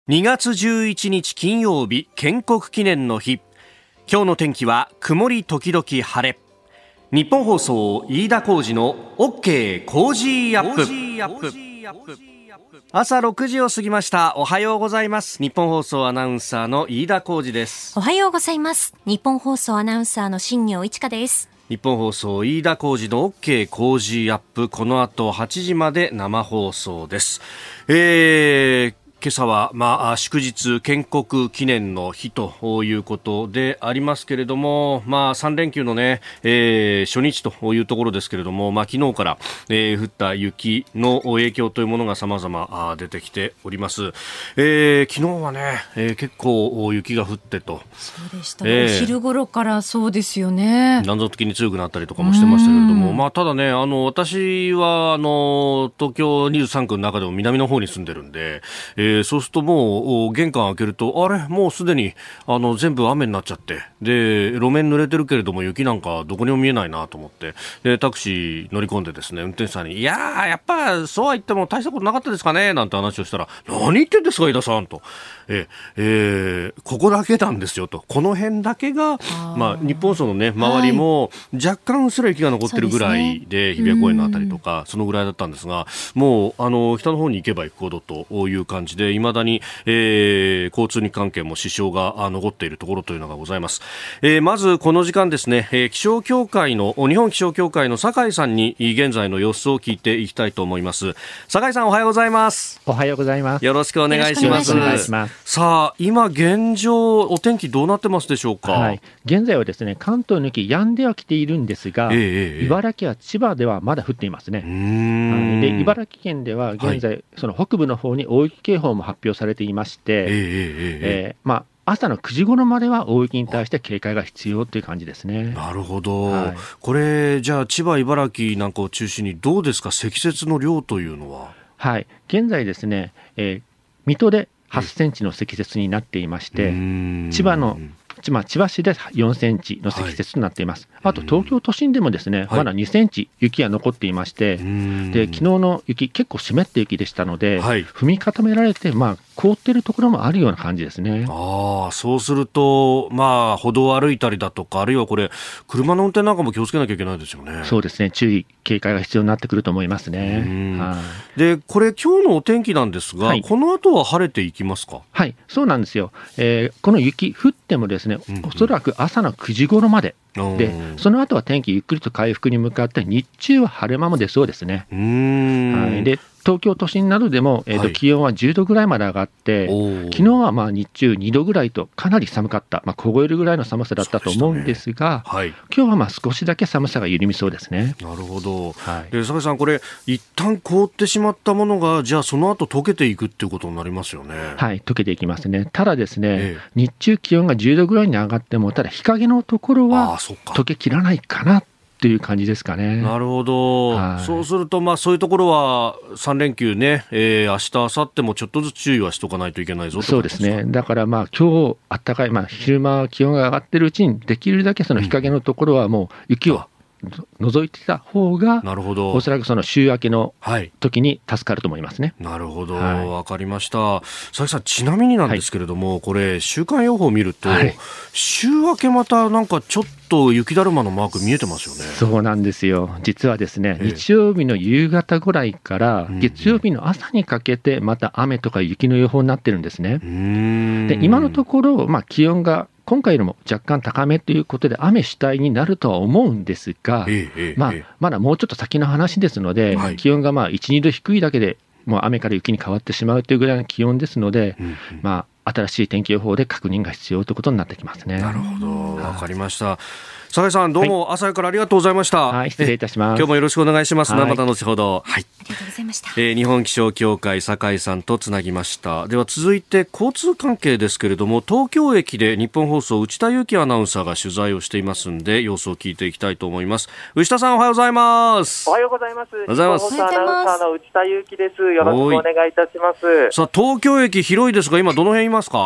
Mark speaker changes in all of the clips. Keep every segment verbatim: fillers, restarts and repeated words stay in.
Speaker 1: にがつじゅういちにち金曜日、建国記念の日。今日の天気は曇り時々晴れ。日本放送飯田浩司の OK コージーアップ。朝ろくじを過ぎました。おはようございます。日本放送アナウンサーの飯田浩司です。
Speaker 2: おはようございます。日本放送アナウンサーの新業一華です。
Speaker 1: 日本放送飯田浩司の OK コージーアップ。この後はちじまで生放送です。えー今朝は、まあ、祝日建国記念の日ということでありますけれども、まあ、さん連休のね、えー、初日というところですけれども、まあ、昨日から、えー、降った雪の影響というものが様々出てきております。えー、昨日はね、えー、結構雪が降ってと。
Speaker 2: そうでしたね、えー、お昼頃からそうですよね。
Speaker 1: 断続的に強くなったりとかもしてましたけれども、まあ、ただね、あの、私は、あの、東京にじゅうさんくの中でも南の方に住んでるんで、えーそうするともう玄関開けるとあれもうすでにあの全部雨になっちゃってで路面濡れてるけれども雪なんかどこにも見えないなと思ってでタクシー乗り込んでですね運転手さんにいやーやっぱそうは言っても大したことなかったですかねなんて話をしたら何言ってんですか飯田さんとえ、えー、ここだけなんですよとこの辺だけがまあ、日本そのね周りも若干うっすら雪が残ってるぐらいで、ね、日比谷公園のあたりとかそのぐらいだったんですがもうあの北の方に行けば行くほどという感じで未だに、えー、交通に関係も支障が残っているところというのがございます。えー、まずこの時間ですね、えー、気象協会の日本気象協会の酒井さんに現在の様子を聞いていきたいと思います。酒井さんおはようございます。
Speaker 3: おはようございます。
Speaker 1: よろしくお願いします。
Speaker 3: よろしくお願いします。
Speaker 1: さあ今現状お天気どうなってますでしょうか。
Speaker 3: はい、現在はですね関東の雪止んではきているんですが、えー、茨城や千葉ではまだ降っていますね。うーんで茨城県では現在、はい、その北部の方に大雪警報も発表されていまして、えーえーまあ、朝のくじ頃までは大雪に対して警戒が必要という感じですね。
Speaker 1: なるほど、はい、これじゃあ千葉茨城なんかを中心にどうですか積雪の量というのは。
Speaker 3: はい、現在ですね、えー、水戸ではちセンチの積雪になっていまして、千葉のまあ、千葉市でよんセンチの積雪となっています。はい、あと東京都心でもですね、はい、まだにセンチ雪が残っていまして、で昨日の雪結構湿った雪でしたので、はい、踏み固められて、まあ、凍っているところもあるような感じですね。
Speaker 1: あそうすると、まあ、歩道を歩いたりだとかあるいはこれ車の運転なんかも気をつけなきゃいけないですよね。
Speaker 3: そうですね注意警戒が必要になってくると思いますね。
Speaker 1: はい、でこれ今日のお天気なんですが、はい、この後は晴れていきますか。
Speaker 3: はいそうなんですよ、えー、この雪降ってもですねおそらく朝のくじ頃まででその後は天気ゆっくりと回復に向かって日中は晴れ間も出そうですね。うーん、はい、で東京都心などでも、えーとはい、気温はじゅうどぐらいまで上がって昨日はまあ日中にどぐらいとかなり寒かった、まあ、凍えるぐらいの寒さだったと思うんですが、ねはい、今日はまあ少しだけ寒さが緩みそうですね。
Speaker 1: なるほど、はい、で酒井さんこれ一旦凍ってしまったものがじゃあその後溶けていくっていうことになりますよね。
Speaker 3: はい溶けていきますね。ただですね、ええ、日中気温がじゅうどぐらいに上がってもただ日陰のところは溶けきらないかなという感じですかね。
Speaker 1: なるほど、はい、そうするとまあそういうところはさん連休ね、えー、明日明後日もちょっとずつ注意はしとかないといけないぞと。
Speaker 3: そうですねだからまあ今日あったかい、まあ、昼間気温が上がっているうちにできるだけその日陰のところはもう雪を、うん除いてた方がなるほどおそらくその週明けの時に助かると思いますね。
Speaker 1: はい、なるほど、はい、分かりました。佐々木さんちなみになんですけれども、はい、これ週間予報を見ると、はい、週明けまたなんかちょっと雪だるまのマーク見えてますよね。
Speaker 3: そうなんですよ実はですね、えー、日曜日の夕方ぐらいから月曜日の朝にかけてまた雨とか雪の予報になってるんですね。うーんで今のところ、まあ、気温が今回よりも若干高めということで雨主体になるとは思うんですが、ええまあ、まだもうちょっと先の話ですので、はい、気温がまあいち、にど低いだけでもう雨から雪に変わってしまうというぐらいの気温ですので、うんうんまあ、新しい天気予報で確認が必要ということになってきますね。
Speaker 1: なるほどわかりました。酒井さんどうも朝からありがとうございました。
Speaker 3: はい、失礼いたします。
Speaker 1: 今日もよろしくお願いします。はい、また後ほど。はい、
Speaker 2: ありがとうございました。
Speaker 1: えー、日本気象協会酒井さんとつなぎました。では続いて交通関係ですけれども東京駅で日本放送内田裕樹アナウンサーが取材をしていますので様子を聞いていきたいと思います。内田さんおはようございます。
Speaker 4: おはようございます。
Speaker 1: おはようございます。
Speaker 4: 日本放送アナウンサーの内田裕樹です。よろしくお願いいたします。
Speaker 1: さあ東京駅広いですが今どの辺いますか。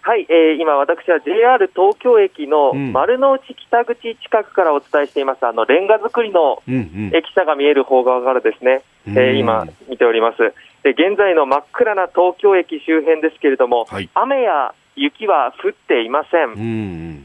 Speaker 4: はい、えー、今私は ジェイアール 東京駅の丸の内北口近くからお伝えしています、うん、あのレンガ造りの駅舎が見える方側からですね、うんうん、えー、今見ております。で、現在の真っ暗な東京駅周辺ですけれども、はい、雨や雪は降っていません、うんうん、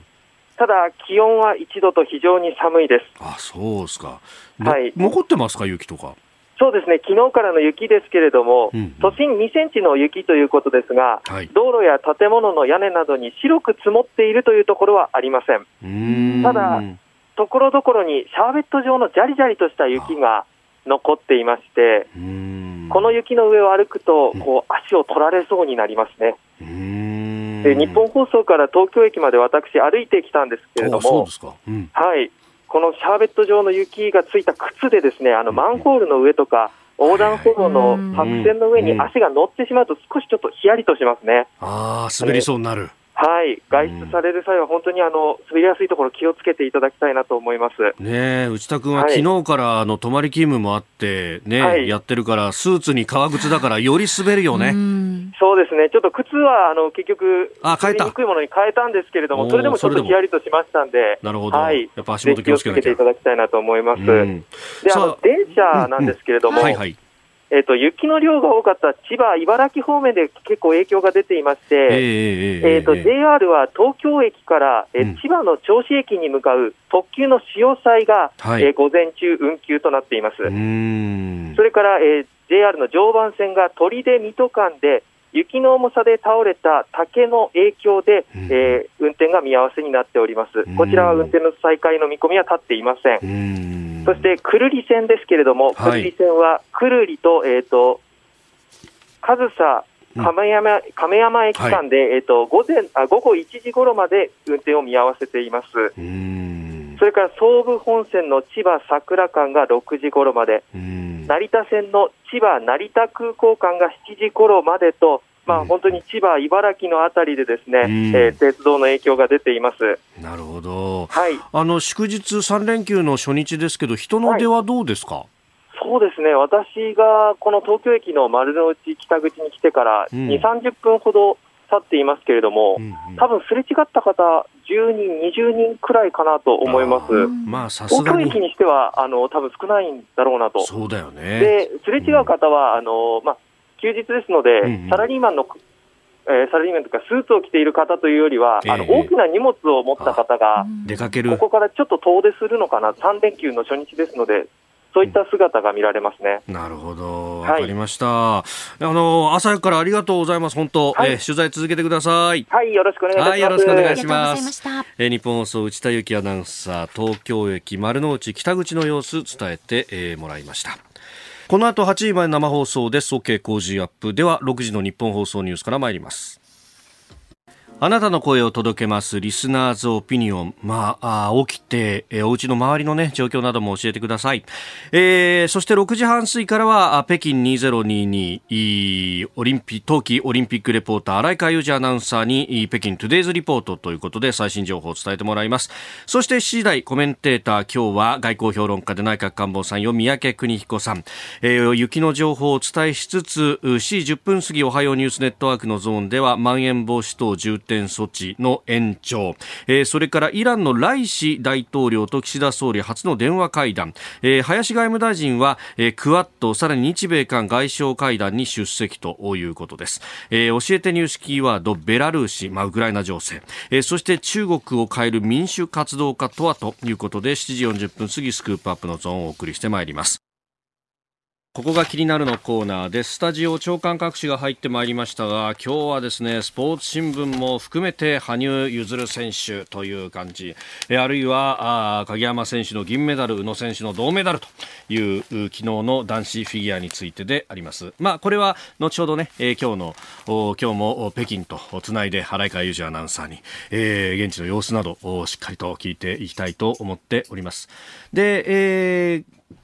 Speaker 4: ただ気温はいちどと非常に寒いです。
Speaker 1: あ、そうですか。はい、残ってますか、雪とか。
Speaker 4: そうですね、昨日からの雪ですけれども、うんうん、都心にセンチの雪ということですが、はい、道路や建物の屋根などに白く積もっているというところはありません。うーん、ただ、ところどころにシャーベット状のジャリジャリとした雪が残っていまして、うーん、この雪の上を歩くとこう足を取られそうになりますね。うーん、で、日本放送から東京駅まで私歩いてきたんですけれども、
Speaker 1: そうですか、うん、
Speaker 4: はい、このシャーベット状の雪がついた靴でですね、あのマンホールの上とか横断歩道の白線の上に足が乗ってしまうと少しちょっとヒヤリとしますね。
Speaker 1: ああ、滑りそうになる。
Speaker 4: はい、外出される際は本当にあの滑りやすいところ気をつけていただきたいなと思います。
Speaker 1: ねえ、内田君は昨日からあの泊まり勤務もあってね、はい、やってるからスーツに革靴だからより滑るよね。うん、
Speaker 4: そうですね、ちょっと靴はあの結局滑りにくいものに変えたんですけれども、それでもちょっとヒヤリとしましたんで、
Speaker 1: なるほど、はい、やっぱ足元気をつけなきゃ。
Speaker 4: 気をつけていただきたいなと思います。うん、で、あの電車なんですけれども、うんうん、はいはい、えーと、雪の量が多かった千葉、茨城方面で結構影響が出ていまして、えーえーと、ジェイアール は東京駅から、えーうん、千葉の銚子駅に向かう特急の使用際が、はい、えー、午前中運休となっています。うーん、それから、えー、ジェイアール の常磐線が取手水戸間で雪の重さで倒れた竹の影響で、うん、えー、運転が見合わせになっております。こちらは運転の再開の見込みは立っていません。うん、そして久留里線ですけれども、久留里線は久留里と、えーと、上総亀山、亀山駅間で、はい、えーと、午前あ午後いちじ頃まで運転を見合わせています。うん、それから総武本線の千葉桜間がろくじ頃まで、うん、成田線の千葉成田空港間がしちじ頃までと、まあ、本当に千葉、茨城のあたりでですね、うん、えー、鉄道の影響が出ています。
Speaker 1: なるほど、はい、あの祝日さん連休の初日ですけど、人の出はどうですか？はい、
Speaker 4: そうですね、私がこの東京駅の丸の内北口に来てからにじゅう、さんじゅっぷんほど経っていますけれども、うんうん、多分すれ違った方じゅうにん、にじゅうにんくらいかなと思います。
Speaker 1: まあ、さすがに
Speaker 4: 東京駅にしてはあの多分少ないんだろうなと。
Speaker 1: そうだよね。
Speaker 4: ですれ違う方は、うん、あのまあ、休日ですので、うんうん、サラリーマンの、えー、サラリーマンとかスーツを着ている方というよりは、えー、あの大きな荷物を持った方が
Speaker 1: 出かける、
Speaker 4: ここからちょっと遠出するのかな、さん連休の初日ですので、そういった姿が見られますね。
Speaker 1: なるほど、わかりました。はい、あの朝からありがとうございます。本当、はい、えー、取材続けてください。
Speaker 4: はい、よろしくお願いします。はい、
Speaker 1: よろしくお願いします。えー、日本放送内田有紀アナウンサー、東京駅丸の内北口の様子伝えて、えー、もらいました。この後はちじまで生放送です。 OK 工事アップではろくじの日本放送ニュースから参ります。あなたの声を届けますリスナーズオピニオン。まあ、あ起きて、えー、お家の周りのね、状況なども教えてください。えー、そしてろくじはん過ぎからは、北京にせんにじゅうにオリンピ冬季オリンピックレポーター、荒井川裕二アナウンサーに、北京トゥデイズリポートということで、最新情報を伝えてもらいます。そしてしちじ台、コメンテーター、今日は外交評論家で内閣官房参与、三宅邦彦さん。えー、雪の情報をお伝えしつつ、しちじじゅっぷん過ぎ、おはようニュースネットワークのゾーンでは、まん延防止等重点措置の延長、えー、それからイランのライシ大統領と岸田総理初の電話会談、えー、林外務大臣は、えー、クアッドさらに日米韓外相会談に出席ということです。えー、教えてニュースキーワードベラルーシ、まあ、ウクライナ情勢、えー、そして中国を変える民主活動家とはということでしちじよんじゅっぷん過ぎスクープアップのゾーンをお送りしてまいります。ここが気になるのコーナーです。スタジオ長官各紙が入ってまいりましたが、今日はですね、スポーツ新聞も含めて羽生結弦選手という感じ、えあるいはあ鍵山選手の銀メダル、宇野選手の銅メダルという昨日の男子フィギュアについてであります。まあこれは後ほどね、えー、今日の今日も北京とつないで荒井川裕二アナウンサーに、えー、現地の様子などをしっかりと聞いていきたいと思っております。で、えー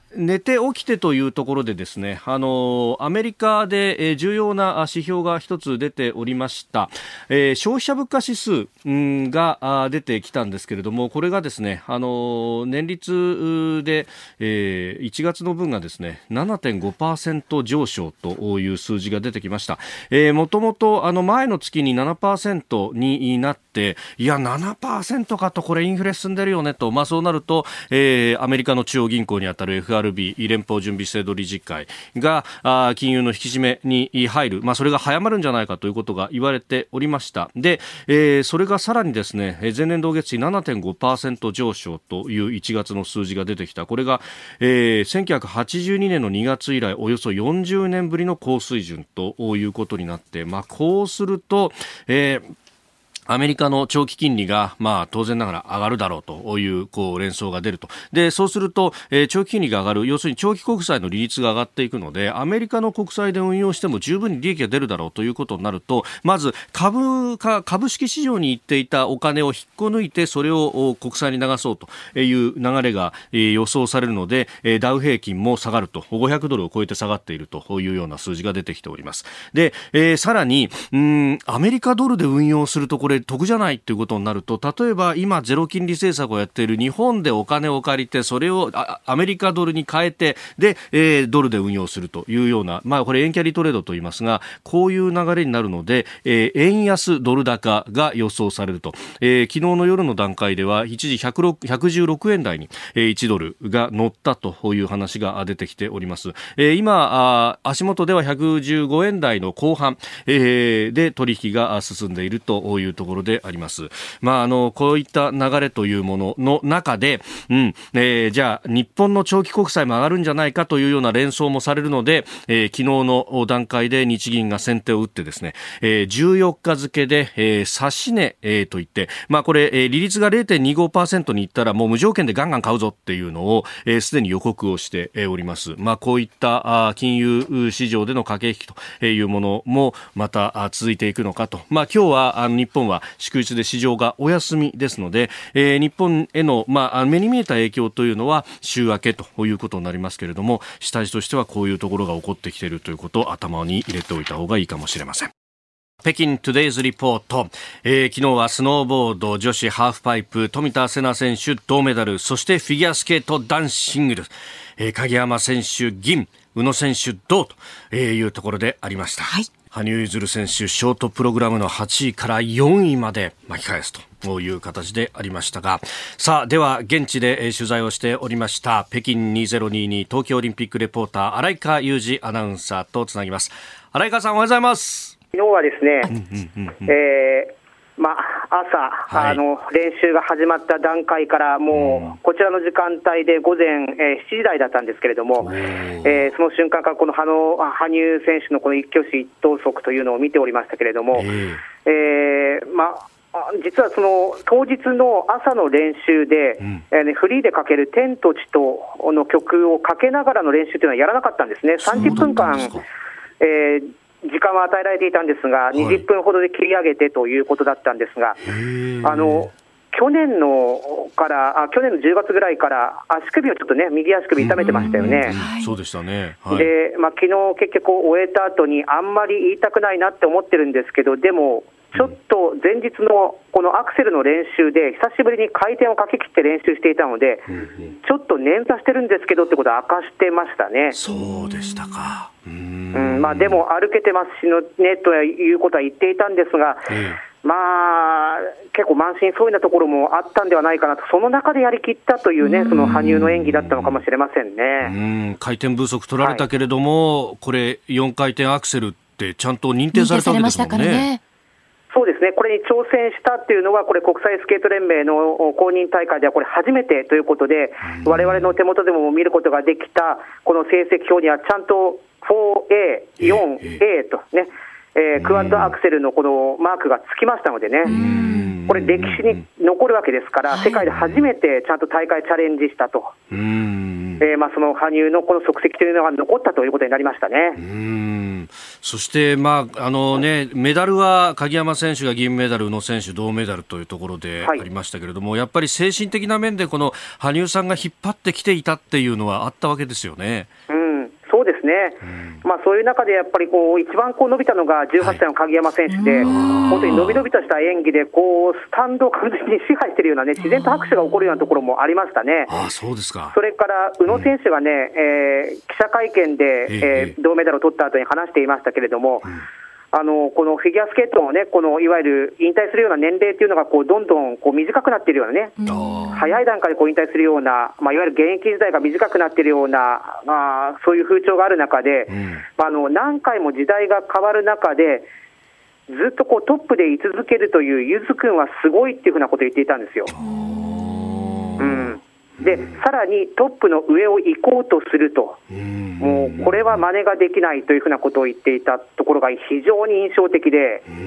Speaker 1: 寝て起きてというところでですね、あのアメリカで、えー、重要な指標が一つ出ておりました、えー、消費者物価指数、うん、が出てきたんですけれども、これがですね、あの年率で、えー、いちがつの分がですね ななてんごパーセント 上昇という数字が出てきました。えー、もともとあの前の月に ななパーセント になって、いや ななパーセント かと、これインフレ進んでるよねと、まあ、そうなると、えー、アメリカの中央銀行にあたる エフアールビー 連邦準備制度理事会があ金融の引き締めに入る、まあ、それが早まるんじゃないかということが言われておりました。で、えー、それがさらにですね、前年同月比 ななてんごパーセント 上昇といういちがつの数字が出てきた。これが、えー、せんきゅうひゃくはちじゅうにねんのにがつ以来およそよんじゅうねんぶりの高水準ということになって、まあ、こうすると、えーアメリカの長期金利が、まあ、当然ながら上がるだろうという、こう、連想が出ると。で、そうすると、えー、長期金利が上がる、要するに長期国債の利率が上がっていくので、アメリカの国債で運用しても十分に利益が出るだろうということになると、まず、株価、株式市場に行っていたお金を引っこ抜いて、それを国債に流そうという流れが、えー、予想されるので、えー、ダウ平均も下がると、ごひゃくドルを超えて下がっているというような数字が出てきております。で、えー、さらに、うん、アメリカドルで運用するとこれ、得じゃないということになると、例えば今ゼロ金利政策をやっている日本でお金を借りて、それをアメリカドルに変えて、で、えー、ドルで運用するというような、まあこれ円キャリートレードと言いますが、こういう流れになるので、えー、円安ドル高が予想されると、えー、昨日の夜の段階では一時ひゃくじゅうろくえん台にいちドルが乗ったという話が出てきております。えー、今足元ではひゃくじゅうごえん台の後半、えー、で取引が進んでいるというところであります。まあ、あのこういった流れというものの中で、うんえー、じゃあ日本の長期国債も上がるんじゃないかというような連想もされるので、えー、昨日の段階で日銀が先手を打ってですね、えー、じゅうよっか付で、えー、指し値、えー、といって、まあ、これ、えー、利率が れいてんにごパーセント にいったらもう無条件でガンガン買うぞっていうのをすで、えー、に予告をして、えー、おります。まあ、こういったあ金融市場での駆け引きというものもまた続いていくのかと。まあ、今日はあの日本は祝日で市場がお休みですので、えー、日本への、まあ、目に見えた影響というのは週明けということになりますけれども、下地としてはこういうところが起こってきているということを頭に入れておいた方がいいかもしれません。北京トゥデイズリポート、えー、昨日はスノーボード女子ハーフパイプ富田せな選手銅メダル、そしてフィギュアスケート男子シングル、えー、鍵山選手銀、宇野選手銅というところでありました。はい、羽生結弦選手ショートプログラムのはちいからよんいまで巻き返すという形でありましたが、さあでは現地で取材をしておりました北京にせんにじゅうに東京オリンピックレポーター新井川祐二アナウンサーとつなぎます。新井川さん、おはようございます。
Speaker 5: 昨日はですね、うんうんうんうん、えーまあ、朝、はい、あの練習が始まった段階からもうこちらの時間帯で午前、えー、しちじ台だったんですけれども、えー、その瞬間からこの羽生選手のこの一挙手一投足というのを見ておりましたけれども、えーまあ、実はその当日の朝の練習で、うんえーね、フリーでかける天と地との曲をかけながらの練習というのはやらなかったんですね。さんじゅっぷんかん、えー時間は与えられていたんですが、はい、にじゅっぷんほどで切り上げてということだったんですが、あの去年のからあ去年のじゅうがつぐらいから足首をちょっとね、右足首痛めてましたよね。
Speaker 1: そうでしたね。はい、
Speaker 5: で、まあ、昨日結局終えた後にあんまり言いたくないなって思ってるんですけど、でもちょっと前日のこのアクセルの練習で久しぶりに回転をかけきって練習していたので、うんうん、ちょっと捻挫してるんですけどってことを明かしてましたね。
Speaker 1: そうでしたか。うーん、
Speaker 5: うんまあ、でも歩けてますしねということは言っていたんですが、うん、まあ結構満身創痍なところもあったんではないかなと。その中でやりきったというね、その羽生の演技だったのかもしれませんね。
Speaker 1: うん回転不足取られたけれども、はい、これよんかいてんアクセルってちゃんと認定されたわけですもんね。
Speaker 5: そうですね、これに挑戦したっていうのは、これ国際スケート連盟の公認大会ではこれ初めてということで、我々の手元でも見ることができたこの成績表にはちゃんと フォーエー、よんエー とね、えー、クワッドアクセルのこのマークがつきましたのでね、これ歴史に残るわけですから、世界で初めてちゃんと大会チャレンジしたと。
Speaker 1: うーん
Speaker 5: えーまあ、その羽生のこの足跡というのが残ったということになりましたね。
Speaker 1: うん、そして、まああのね、メダルは鍵山選手が銀メダル、宇野選手銅メダルというところでありましたけれども、はい、やっぱり精神的な面でこの羽生さんが引っ張ってきていたっていうのはあったわけですよね。
Speaker 5: うん、そうですね、うん、まあ、そういう中でやっぱりこう一番こう伸びたのがじゅうはっさいの鍵山選手で、はい、本当に伸び伸びとした演技でこうスタンドを完全に支配しているような、ね、自然と拍手が起こるようなところもありましたね。
Speaker 1: ああ、そうですか。
Speaker 5: それから宇野選手がね、うん、えー、記者会見で、えー、銅メダルを取った後に話していましたけれども、うん、あのこのフィギュアスケートの、ね、このいわゆる引退するような年齢というのがこうどんどんこう短くなっているようなね、うん、早い段階でこう引退するような、まあ、いわゆる現役時代が短くなっているような、まあ、そういう風潮がある中で、うん、あの何回も時代が変わる中でずっとこうトップで居続けるというゆずくんはすごいっていうふうなことを言っていたんですよ。うん、でさらにトップの上を行こうとすると、もうこれは真似ができないというふうなことを言っていたところが非常に印象的で、うん、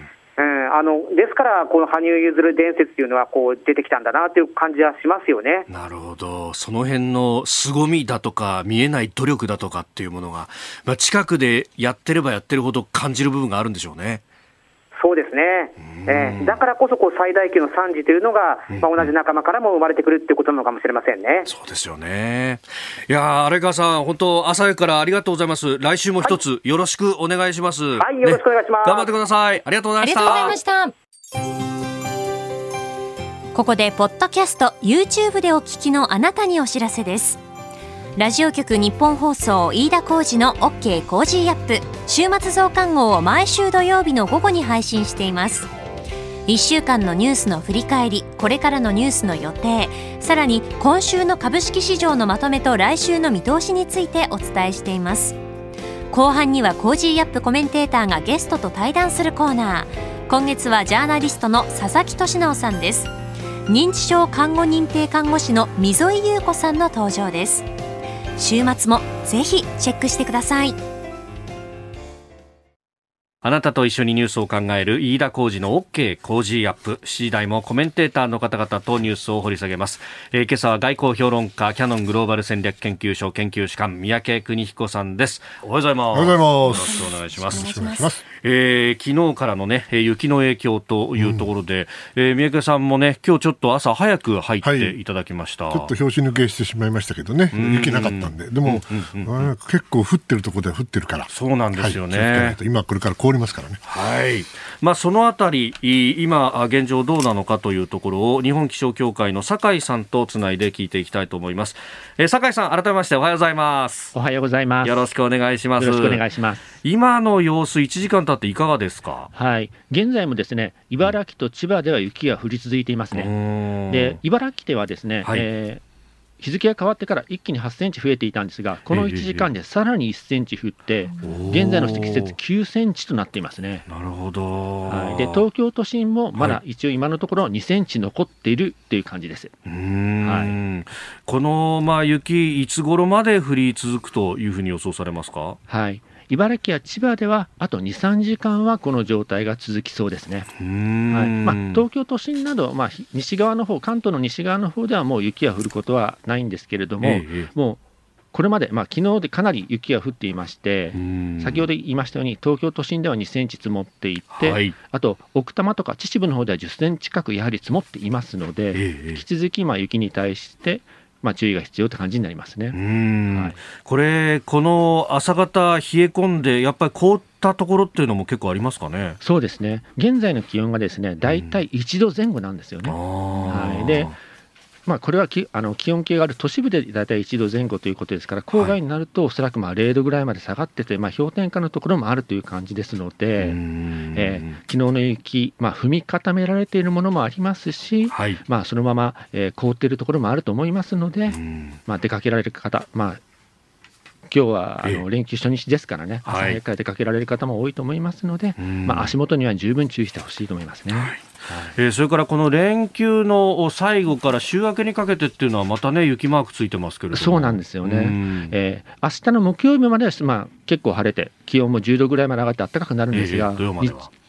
Speaker 5: あのですからこの羽生結弦伝説というのはこう出てきたんだなという感じはしますよね。
Speaker 1: なるほど。その辺の凄みだとか見えない努力だとかっていうものが、まあ、近くでやってればやってるほど感じる部分があるんでしょうね。
Speaker 5: そうですね、えー、だからこそこう最大級の賛辞というのが、まあ、同じ仲間からも生まれてくるということなのかもしれませんね。
Speaker 1: そうですよね。いや荒川さん、本当朝早くからありがとうございます。来週も一つよろしくお願いします。
Speaker 5: はい、よろしくお願いします、ね、
Speaker 1: 頑張ってください。ありがとうございました。
Speaker 2: ありがとうございました。ここでポッドキャスト YouTube でお聞きのあなたにお知らせです。ラジオ局日本放送飯田浩司の OK コージーアップ週末増刊号を毎週土曜日の午後に配信しています。いっしゅうかんのニュースの振り返り、これからのニュースの予定、さらに今週の株式市場のまとめと来週の見通しについてお伝えしています。後半にはコージーアップコメンテーターがゲストと対談するコーナー。今月はジャーナリストの佐々木俊直さんです。認知症看護認定看護師の溝井優子さんの登場です。週末もぜひチェックしてください。
Speaker 1: あなたと一緒にニュースを考える飯田浩司の OK コージーアップ。しちじ台もコメンテーターの方々とニュースを掘り下げます。えー、今朝は外交評論家キヤノングローバル戦略研究所研究主幹三宅邦彦さんです。おはようございます。
Speaker 6: おはようございます。
Speaker 1: よろしくお願いします。
Speaker 6: よろしくお願いします。
Speaker 1: えー、昨日からのね雪の影響というところで、うん、えー、三宅さんもね今日ちょっと朝早く入っていただきました。はい、
Speaker 6: ちょっと拍子抜けしてしまいましたけどね、雪なかったんで、でも、うんうんうんうん、結構降ってるところでは降ってるから。
Speaker 1: そうなんですよね。
Speaker 6: はい、今これから凍りますからね。
Speaker 1: はい、まあ、そのあたり今現状どうなのかというところを日本気象協会の酒井さんとつないで聞いていきたいと思います。えー、酒井さん、改めましておはようございます。
Speaker 3: おはようございます。
Speaker 1: よろしくお願いします。
Speaker 3: よろしくお願いします。
Speaker 1: 今の様子いちじかん経っていかがですか？
Speaker 3: はい、現在もですね茨城と千葉では雪が降り続いていますね。で茨城ではですね、はい、えー日付が変わってから一気にはちセンチ増えていたんですが、このいちじかんでさらにいっセンチ降って、現在の積雪きゅうセンチとなっていますね。
Speaker 1: なるほど。
Speaker 3: はい、で東京都心もまだ一応今のところにセンチ残っているという感じです。
Speaker 1: うーん、はい、この、まあ、雪いつ頃まで降り続くというふうに予想されますか？
Speaker 3: はい、茨城や千葉ではあとに、さんじかんはこの状態が続きそうですね。
Speaker 1: うーん、
Speaker 3: はい、まあ、東京都心など、まあ、西側の方、関東の西側の方ではもう雪が降ることはないんですけれども、ええ、もうこれまで、まあ、昨日でかなり雪が降っていまして、先ほど言いましたように東京都心ではにセンチ積もっていて、はい、あと奥多摩とか秩父の方ではじゅっセンチ近くやはり積もっていますので、ええ、引き続きまあ雪に対してまあ、注意が必要という感じになりますね。
Speaker 1: うーん、はい、これこの朝方冷え込んでやっぱり凍ったところっていうのも結構ありますかね？
Speaker 3: そうですね、現在の気温がですねだいたいいちどぜん後なんですよね。はい、でまあ、これはきあの気温計がある都市部でだいたいいちどぜん後ということですから、郊外になるとおそらくまあれいどぐらいまで下がってて、まあ、氷点下のところもあるという感じですので、えー、昨日の雪、まあ、踏み固められているものもありますし、はい、まあ、そのまま、えー、凍っているところもあると思いますので、まあ、出かけられる方、まあ今日はあの連休初日ですからね、朝早くから出かけられる方も多いと思いますので、まあ、足元には十分注意してほしいと思いますね。はい、
Speaker 1: えー、それからこの連休の最後から週明けにかけてっていうのはまたね雪マークついてますけれども。
Speaker 3: そうなんですよね。えー、明日の木曜日までは、まあ、結構晴れて気温もじゅうどぐらいまで上がって暖かくなるんですが、えー、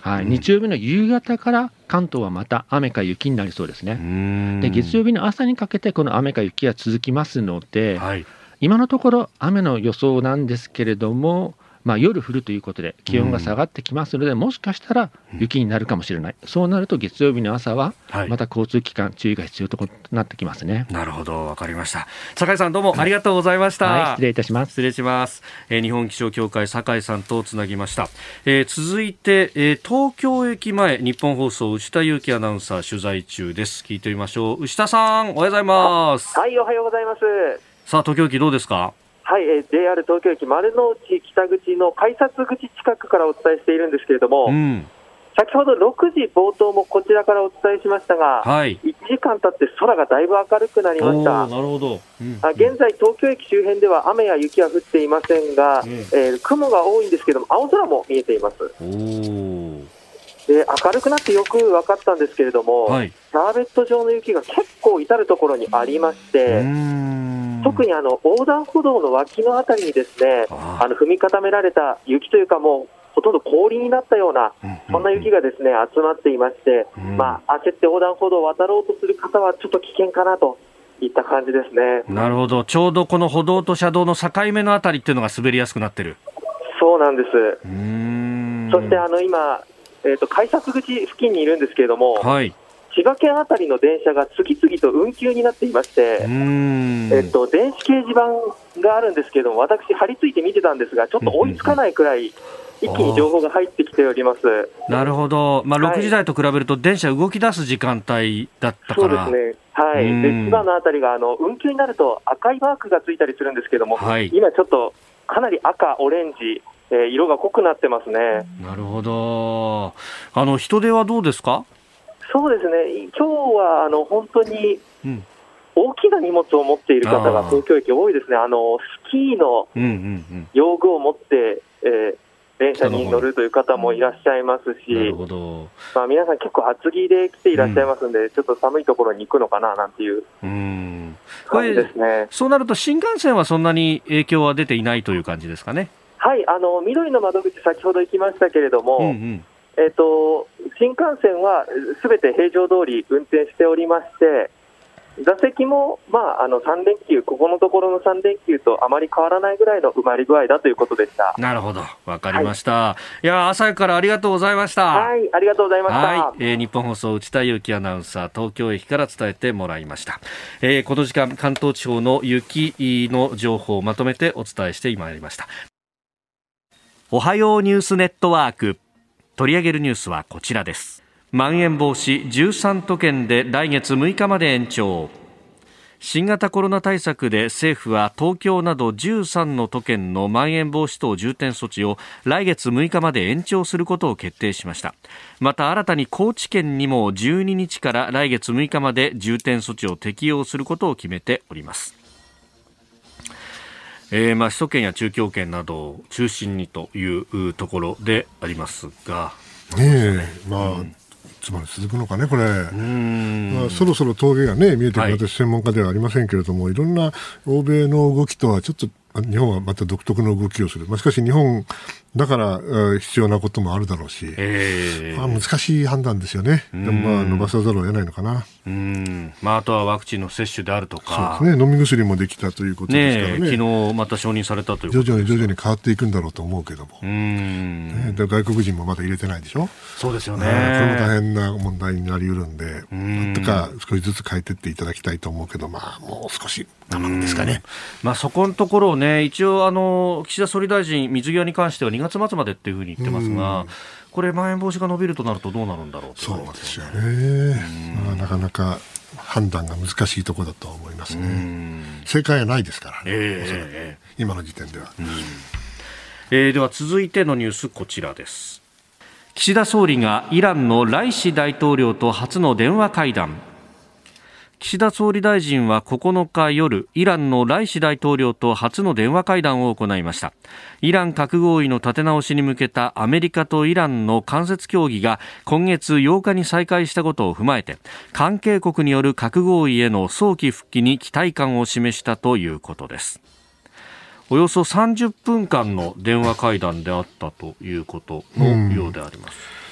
Speaker 3: はい、日曜日の夕方から関東はまた雨か雪になりそうですね。で月曜日の朝にかけてこの雨か雪が続きますので、はい、今のところ雨の予想なんですけれども、まあ、夜降るということで気温が下がってきますので、もしかしたら雪になるかもしれない、そうなると月曜日の朝はまた交通機関、はい、注意が必要となってきますね。
Speaker 1: なるほど、わかりました。酒井さんどうもありがとうございました。
Speaker 3: はい、失礼いたします。
Speaker 1: 失礼します、えー、日本気象協会酒井さんとつなぎました。えー、続いて、えー、東京駅前、日本放送内田裕樹アナウンサー取材中です。聞いてみましょう。内田さん、おはようございます。
Speaker 4: はい、おはようございます。
Speaker 1: さあ、東京駅どうですか？
Speaker 4: はい、えー、ジェイアール 東京駅丸の内北口の改札口近くからお伝えしているんですけれども、うん、先ほどろくじ冒頭もこちらからお伝えしましたが、はい、いちじかん経って空がだいぶ明るくなりました。
Speaker 1: なるほど、うん、
Speaker 4: あ現在東京駅周辺では雨や雪は降っていませんが、うん、えー、雲が多いんですけども青空も見えています。おで明るくなってよく分かったんですけれども、はい、シャーベット状の雪が結構至るところにありまして、うーん、特にあの横断歩道の脇のあたりにですね、ああの踏み固められた雪というか、もうほとんど氷になったような、うんうんうん、そんな雪がですね集まっていまして、うん、まあ、焦って横断歩道を渡ろうとする方はちょっと危険かなといった感じですね。
Speaker 1: なるほど、ちょうどこの歩道と車道の境目のあたりっていうのが滑りやすくなってる。
Speaker 4: そうなんです。うーん、そしてあの今、えーと、改札口付近にいるんですけれども、はい、千葉県あたりの電車が次々と運休になっていまして、うーん、えーと、電子掲示板があるんですけれども、私張り付いて見てたんですが、ちょっと追いつかないくらい一気に情報が入ってきております。
Speaker 1: なるほど、まあ、ろくじ台と比べると電車動き出す時間帯だったから。
Speaker 4: そうですね、はい、で千葉のあたりがあの運休になると赤いマークがついたりするんですけども、はい、今ちょっとかなり赤、オレンジ、えー、色が濃くなってますね。
Speaker 1: なるほど。あの人出はどうですか？
Speaker 4: そうですね、今日はあの本当に大きな荷物を持っている方が東京駅多いですね。あのスキーの用具を持って、えー、電車に乗るという方もいらっしゃいますし、なるほど、まあ、皆さん結構厚着で来ていらっしゃいますので、うん、ちょっと寒いところに行くのかななんていう感じですね。
Speaker 1: そうなると新幹線はそんなに影響は出ていないという感じですかね？
Speaker 4: はい、あの緑の窓口先ほど行きましたけれども、うんうん、えーと、新幹線はすべて平常通り運転しておりまして、座席も、まあ、あのさん連休、ここのところのさん連休とあまり変わらないぐらいの埋まり具合だということでした。
Speaker 1: なるほど、わかりました。はい、いや朝からありがとうございました。
Speaker 4: はい、ありがとうございました。
Speaker 1: はい、えー、日本放送内田裕樹アナウンサー、東京駅から伝えてもらいました。えー、この時間関東地方の雪の情報をまとめてお伝えしてまいりました。おはようニュースネットワーク、取り上げるニュースはこちらです。まん延防止じゅうさん都県で来月むいかまで延長。新型コロナ対策で政府は東京などじゅうさんの都県のまん延防止等重点措置を来月むいかまで延長することを決定しました。また新たに高知県にもじゅうににちから来月むいかまで重点措置を適用することを決めております。えーまあ、首都圏や中京圏などを中心にというところでありますが、
Speaker 6: ねえ、まあ、うん、つまり続くのかね、これ。うーん、まあ、そろそろ峠が、ね、見えてくる、はい、私、専門家ではありませんけれども、いろんな欧米の動きとはちょっと日本はまた独特の動きをする、まあ、しかし日本だから必要なこともあるだろうし、えーまあ、難しい判断ですよね。でもまあ伸ばさざるを得ないのかな。
Speaker 1: うーん、まあ、あとはワクチンの接種であるとか、
Speaker 6: そうですね、飲み薬もできたということですからね、
Speaker 1: ね、昨日また承認されたということです。
Speaker 6: 徐々に徐々に変わっていくんだろうと思うけども、うーん、ね、外国人もまだ入れてないでしょ。
Speaker 1: そうですよね。
Speaker 6: これも大変な問題になりうるんで、なんとか少しずつ変えていっていただきたいと思うけど、まあ、もう少し我慢ですかね。
Speaker 1: まあ、そこのところをね、一応あの岸田総理大臣、水際に関してはにがつまつまでっていうふうに言ってますが、これまん延防止が伸びるとなるとどうなるんだろうと。
Speaker 6: そうですよね、まあ、なかなか判断が難しいところだと思いますね。正解はないですからね、えー、今の時点では。
Speaker 1: えー、では続いてのニュース、こちらです。岸田総理がイランのライシ大統領と初の電話会談。岸田総理大臣はここのか夜、イランのライシ大統領と初の電話会談を行いました。イラン核合意の立て直しに向けたアメリカとイランの間接協議が今月ようかに再開したことを踏まえて、関係国による核合意への早期復帰に期待感を示したということです。およそさんじゅっぷんかんの電話会談であったということのようであります。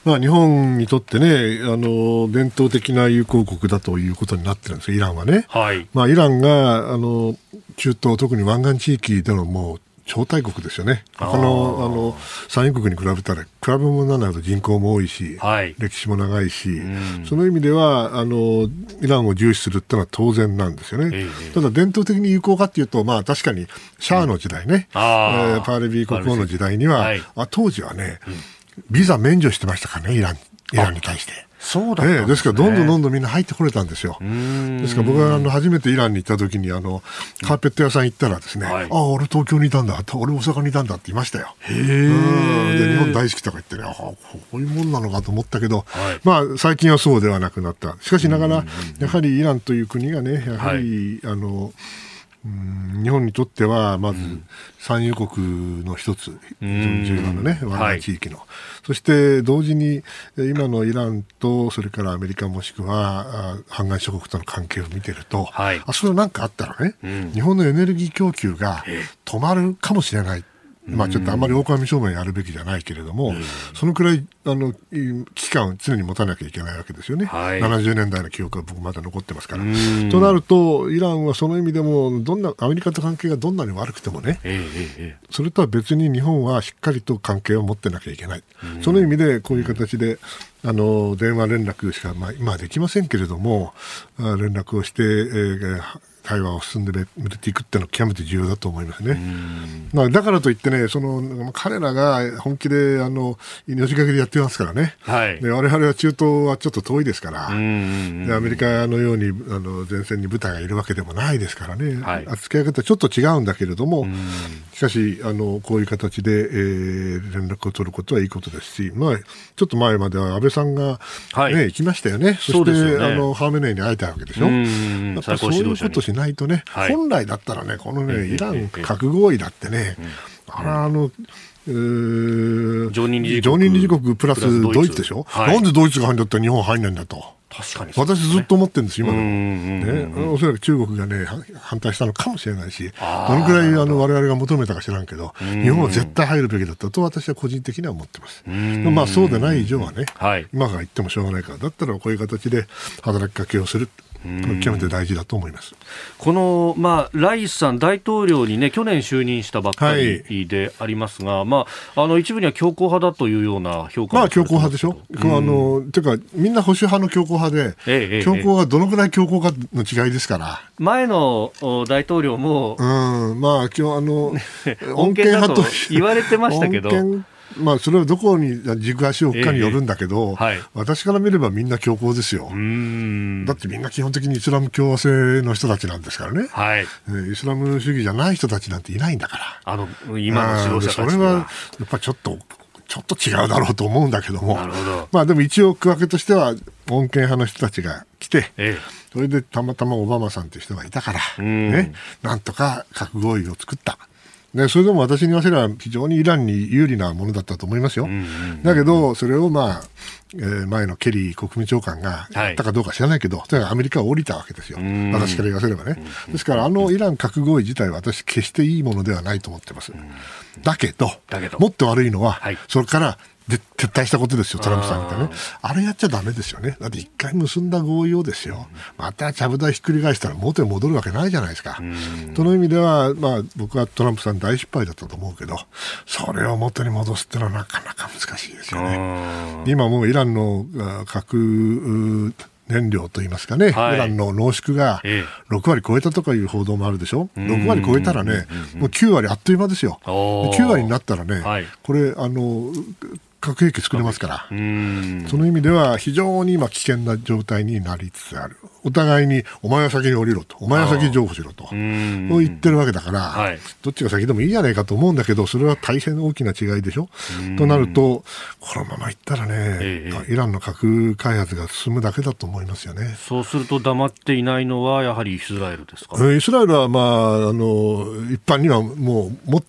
Speaker 6: まあ、日本にとってね、あの伝統的な友好国だということになってるんですよ、イランはね。
Speaker 1: はい。
Speaker 6: まあ、イランがあの中東、特に湾岸地域でのもう超大国ですよね。他のあの産油国に比べたら比べ物にならないほど人口も多いし、はい、歴史も長いし、うん、その意味ではあのイランを重視するってのは当然なんですよね。えー、ただ伝統的に友好かというと、まあ、確かにシャーの時代ね、うん、えー、パーレビー国王の時代には、はい、あ当時はね、うん、ビザ免除してましたからね、イラン、イランに対して。
Speaker 1: そうだったんですね。
Speaker 6: ええ、ですからどんどんどんどんみんな入ってこれたんですよ。ですから僕はあの初めてイランに行った時にあのカーペット屋さん行ったらですね、はい、ああ俺東京にいたんだ、俺大阪にいたんだって言いましたよ。へえ。で日本大好きとか言ってね、ああこういうもんなのかと思ったけど、はい、まあ最近はそうではなくなった。しかしながらやはりイランという国がね、やはり、はい、あのうん日本にとってはまず産油国の一つ、重要なね、湾岸地域の、はい、そして同時に今のイランとそれからアメリカもしくは湾岸諸国との関係を見てると、はい、あそれは何かあったらね、うん、日本のエネルギー供給が止まるかもしれない。まあ、ちょっとあんまり狼証明やるべきじゃないけれども、うん、そのくらいあの危機感を常に持たなきゃいけないわけですよね。はい、ななじゅうねんだいの記憶は僕まだ残ってますから。となるとイランはその意味でもどんなアメリカと関係がどんなに悪くてもね、ええ、それとは別に日本はしっかりと関係を持ってなきゃいけない。その意味でこういう形であの電話連絡しか、まあ、今はできませんけれども連絡をして、えー対話を進んでめていくっていうのは極めて重要だと思いますね。まあ、だからといってね、その彼らが本気であの命がけでやってますからね。はい、で我々は中東はちょっと遠いですから、でアメリカのようにあの前線に部隊がいるわけでもないですからね。はい、扱い方はちょっと違うんだけれども、しかしあのこういう形で、えー、連絡を取ることはいいことですし、まあ、ちょっと前までは安倍さんが、ねはい、行きましたよね。そしてそ、ね、あのハーメネイに会えたわけでしょ。やっぱそういうことしないとね、はい、本来だったらね、このね、イラン核合意だってね、あら、あの、常任理事国プラスドイツでしょ、はい、なんでドイツが入るんだったら日本入んないんだと。確かに、ね、私ずっと思ってるんです、今でも、ね、おそらく中国が、ね、反対したのかもしれないし、どのくらいあの我々が求めたか知らんけど、日本は絶対入るべきだったと私は個人的には思ってます。まあ、そうでない以上はね、はい、今から言ってもしょうがないから、だったらこういう形で働きかけをする。極めて大事だと思います。
Speaker 1: この、まあ、ライスさん大統領に、ね、去年就任したばっかりでありますが、はい、まあ、あの一部には強硬派だというような評価も、
Speaker 6: まあ、強硬派でしょ。あのてかみんな保守派の強硬派で、ええ、強硬がどのくらい強硬かの違いですから。
Speaker 1: 前の大統領も、
Speaker 6: うんまあ、今日あの
Speaker 1: 穏健派と言われてましたけど。
Speaker 6: まあ、それはどこに軸足を置くかによるんだけど、えーはい、私から見ればみんな強硬ですよ。うーんだってみんな基本的にイスラム共和制の人たちなんですからね、はい、イスラム主義じゃない人たちなんていないんだから、
Speaker 1: あの今の指導者たちは
Speaker 6: それはやっぱりちょっとちょっと違うだろうと思うんだけども、なるほど、まあ、でも一応区分けとしては穏健派の人たちが来て、えー、それでたまたまオバマさんという人がいたから、ね、なんとか核合意を作った。ね、それでも私に言わせれば非常にイランに有利なものだったと思いますよ。うんうんうん、だけどそれを、まあえー、前のケリー国務長官がやったかどうか知らないけど、はい、アメリカは降りたわけですよ、私から言わせればね。ですからあのイラン核合意自体は私決していいものではないと思ってます。だけど、だけどもっと悪いのは、はい、それからで撤退したことですよ、トランプさんみたいなね。あれやっちゃダメですよね。だって一回結んだ合意をですよ、またちゃぶ台ひっくり返したら元に戻るわけないじゃないですか。その意味では、まあ、僕はトランプさん大失敗だったと思うけど、それを元に戻すってのはなかなか難しいですよね。今もうイランの核燃料といいますかね、はい、イランの濃縮がろくわり超えたとかいう報道もあるでしょ。ろくわり超えたらね、もうきゅうわりあっという間ですよ。きゅうわりになったらね、はい、これあの核兵器作れますから、その意味では非常に今危険な状態になりつつある。お互いにお前は先に降りろと、お前は先に譲歩しろと言ってるわけだから、はい、どっちが先でもいいじゃないかと思うんだけど、それは大変大きな違いでしょ。となるとこのままいったらね、ええ、イランの核開発が進むだけだと思いますよね。
Speaker 1: そうすると黙っていないのはやはりイスラエルですか。
Speaker 6: イスラエルは、まあ、あの一般にはもうも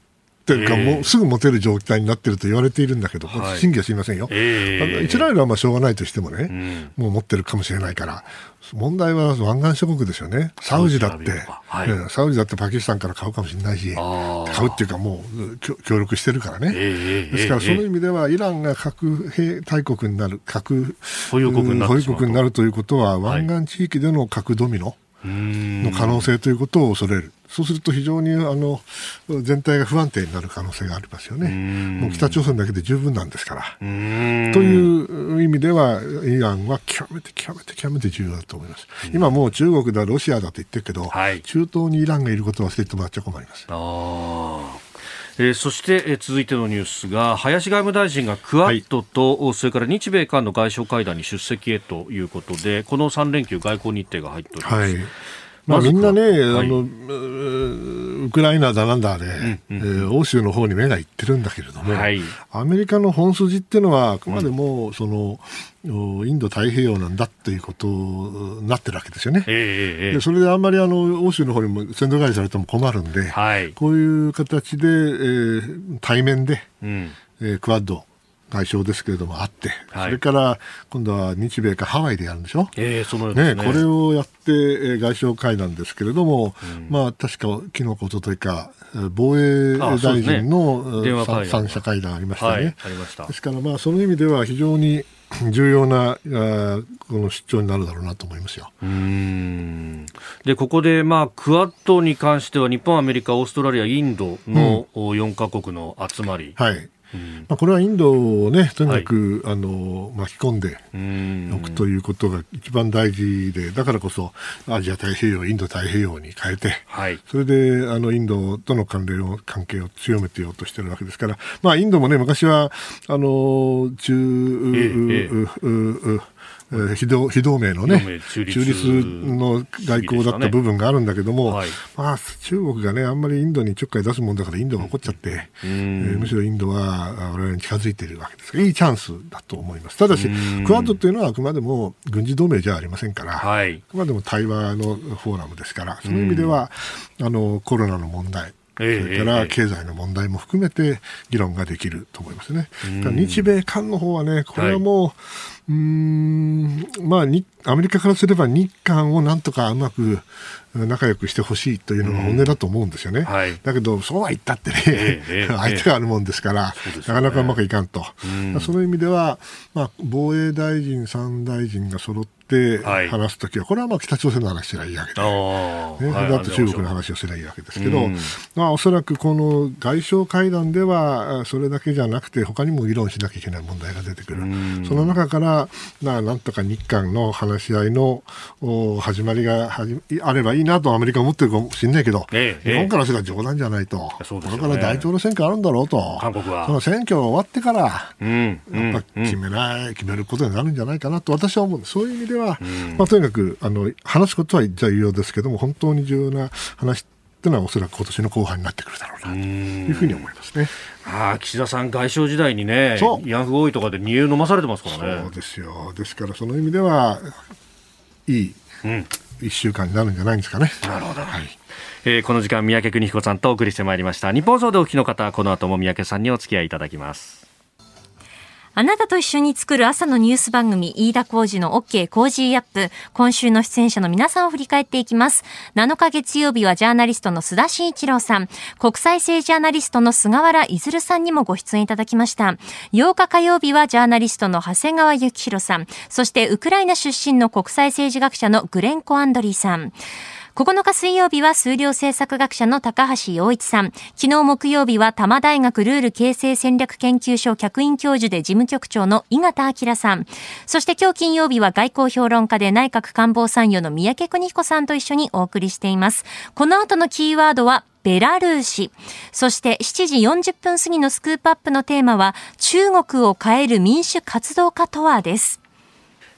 Speaker 6: っていうか、もうすぐ持てる状態になっていると言われているんだけど、はい、真偽は知りませんよ、えー、あのイスラエルはまあしょうがないとしてもね、うん、もう持ってるかもしれないから、問題は湾岸諸国ですよね。サウジだって、はいね、サウジだってパキスタンから買うかもしれないし、買うっていうかもう協力してるからね、えー、ですからその意味ではイランが核兵大国になる、核保有国になる、保有国になるということは、湾岸地域での核ドミノの可能性ということを恐れる。そうすると非常にあの全体が不安定になる可能性がありますよね。もう北朝鮮だけで十分なんですから。という意味ではイランは極めて極めて極めて重要だと思います。今もう中国だロシアだと言ってるけど、はい、中東にイランがいることを忘れてもらっちゃ困ります。
Speaker 1: あえー、そして、えー、続いてのニュースが林外務大臣がクアッドと、はい、それから日米韓の外相会談に出席へということで、このさん連休外交日程が入っております。はい、
Speaker 6: まあ、みんなね、はい、あのウクライナだなんだで、うんうんうんえー、欧州の方に目がいってるんだけれども、はい、アメリカの本筋っていうのはあくまでもその、うん、インド太平洋なんだということになってるわけですよね、えー、でそれであんまりあの欧州の方にも先導外されても困るんで、はい、こういう形で、えー、対面で、うんえー、クアッド外相ですけれどもあって、はい、それから今度は日米かハワイでやるんでしょ、えー、そのようですね。ね、これをやって、えー、外相会なんですけれども、うん、まあ確か昨日か一昨日か防衛大臣の、ね、三者会談ありましたね、はい、ありました。ですからまあその意味では非常に重要なこの出張になるだろうなと思いますよ。
Speaker 1: うーんでここで、まあ、クアッドに関しては日本、アメリカ、オーストラリア、インドのよんカ国の集まり、
Speaker 6: うんはいうんまあ、これはインドを、ね、とにかく、はい、あの巻き込んでおくということが一番大事で、だからこそアジア太平洋、インド太平洋に変えて、はい、それであのインドとの関連を関係を強めていようとしているわけですから、まあ、インドも、ね、昔はあの中、ええううう非同、非同盟のね中立の外交だった部分があるんだけども、はいまあ、中国がねあんまりインドにちょっかい出すもんだからインドが怒っちゃって、うんえー、むしろインドは我々に近づいているわけですからいいチャンスだと思います。ただしクアッドというのはあくまでも軍事同盟じゃありませんから、はい、あくまでも対話のフォーラムですから、その意味ではあのコロナの問題それから経済の問題も含めて議論ができると思いますね。日米韓の方はねこれはもう、はいうーんまあ、にアメリカからすれば日韓をなんとかうまく仲良くしてほしいというのが本音だと思うんですよね、うんはい、だけどそうは言ったってね、えーえー、相手があるもんですから、えー、なかなかうまくいかんと、うん、その意味では、まあ、防衛大臣さん大臣が揃って話すときは、はい、これはまあ北朝鮮の話すればいいわけで、ねはい、だと中国の話をすればいいわけですけど、うんまあ、おそらくこの外相会談ではそれだけじゃなくて他にも議論しなきゃいけない問題が出てくる、うん、その中からな, なんとか日韓の話し合いの始まりがはじあればいいなとアメリカは思ってるかもしれないけど、ええ、日本からすれば冗談じゃないと、ええ、これから大統領選挙あるんだろうと、韓国はその選挙が終わってから、うん、やっぱ決めない、うん、決めることになるんじゃないかなと私は思うんです。そういう意味では、うんまあ、とにかくあの話すことは重要ですけども本当に重要な話というのはおそらく今年の後半になってくるだろうなというふうに思いますね。
Speaker 1: ああ岸田さん外相時代にね慰安婦合意とかで煮え飲まされてますからね。
Speaker 6: そうですよ。ですからその意味ではいいいっしゅうかんになるんじゃないんですかね。
Speaker 1: なるほど、はいえー、この時間三宅邦彦さんとお送りしてまいりました。日本放送でお聞きの方この後も三宅さんにお付き合いいただきます。
Speaker 2: あなたと一緒に作る朝のニュース番組飯田浩司の OK コージーアップ。今週の出演者の皆さんを振り返っていきます。なのか月曜日はジャーナリストの須田慎一郎さん、国際政治アナリストの菅原出さんにもご出演いただきました。ようか火曜日はジャーナリストの長谷川幸宏さん、そしてウクライナ出身の国際政治学者のグレンコ・アンドリーさん。ここのか水曜日は数量政策学者の高橋洋一さん。昨日木曜日は多摩大学ルール形成戦略研究所客員教授で事務局長の井形明さん。そして今日金曜日は外交評論家で内閣官房参与の三宅邦彦さんと一緒にお送りしています。この後のキーワードはベラルーシ。そしてしちじよんじゅっぷん過ぎのスクープアップのテーマは中国を変える民主活動家とはです。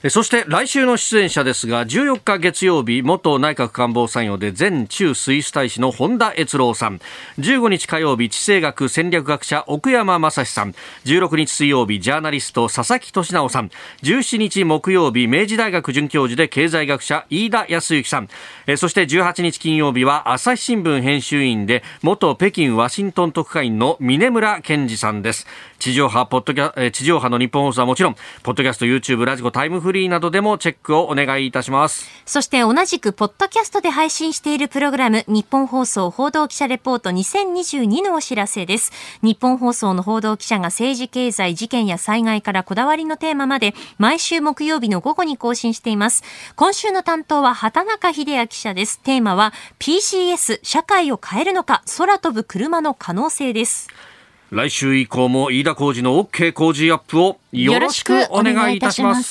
Speaker 1: そして来週の出演者ですが、じゅうよっか月曜日、元内閣官房参与で前駐スイス大使の本田悦郎さん、じゅうごにち火曜日、地政学戦略学者奥山正史さん、じゅうろくにち水曜日、ジャーナリスト佐々木俊直さん、じゅうしちにち木曜日、明治大学准教授で経済学者飯田康之さん、そしてじゅうはちにち金曜日は朝日新聞編集員で元北京ワシントン特派員の峯村健二さんです。地上波ポッドキャ地上波の日本放送はもちろん、ポッドキャスト、YouTube、ラジコ、タイムフリーなどでもチェックをお願いいたします。
Speaker 2: そして同じくポッドキャストで配信しているプログラム、日本放送報道記者レポートにせんにじゅうにのお知らせです。日本放送の報道記者が政治経済事件や災害からこだわりのテーマまで毎週木曜日の午後に更新しています。今週の担当は畑中秀也記者です。テーマは ピーシーエス 社会を変えるのか、空飛ぶ車の可能性です。
Speaker 1: 来週以降も飯田浩司の OK 工事アップをよろしくお願いいたします。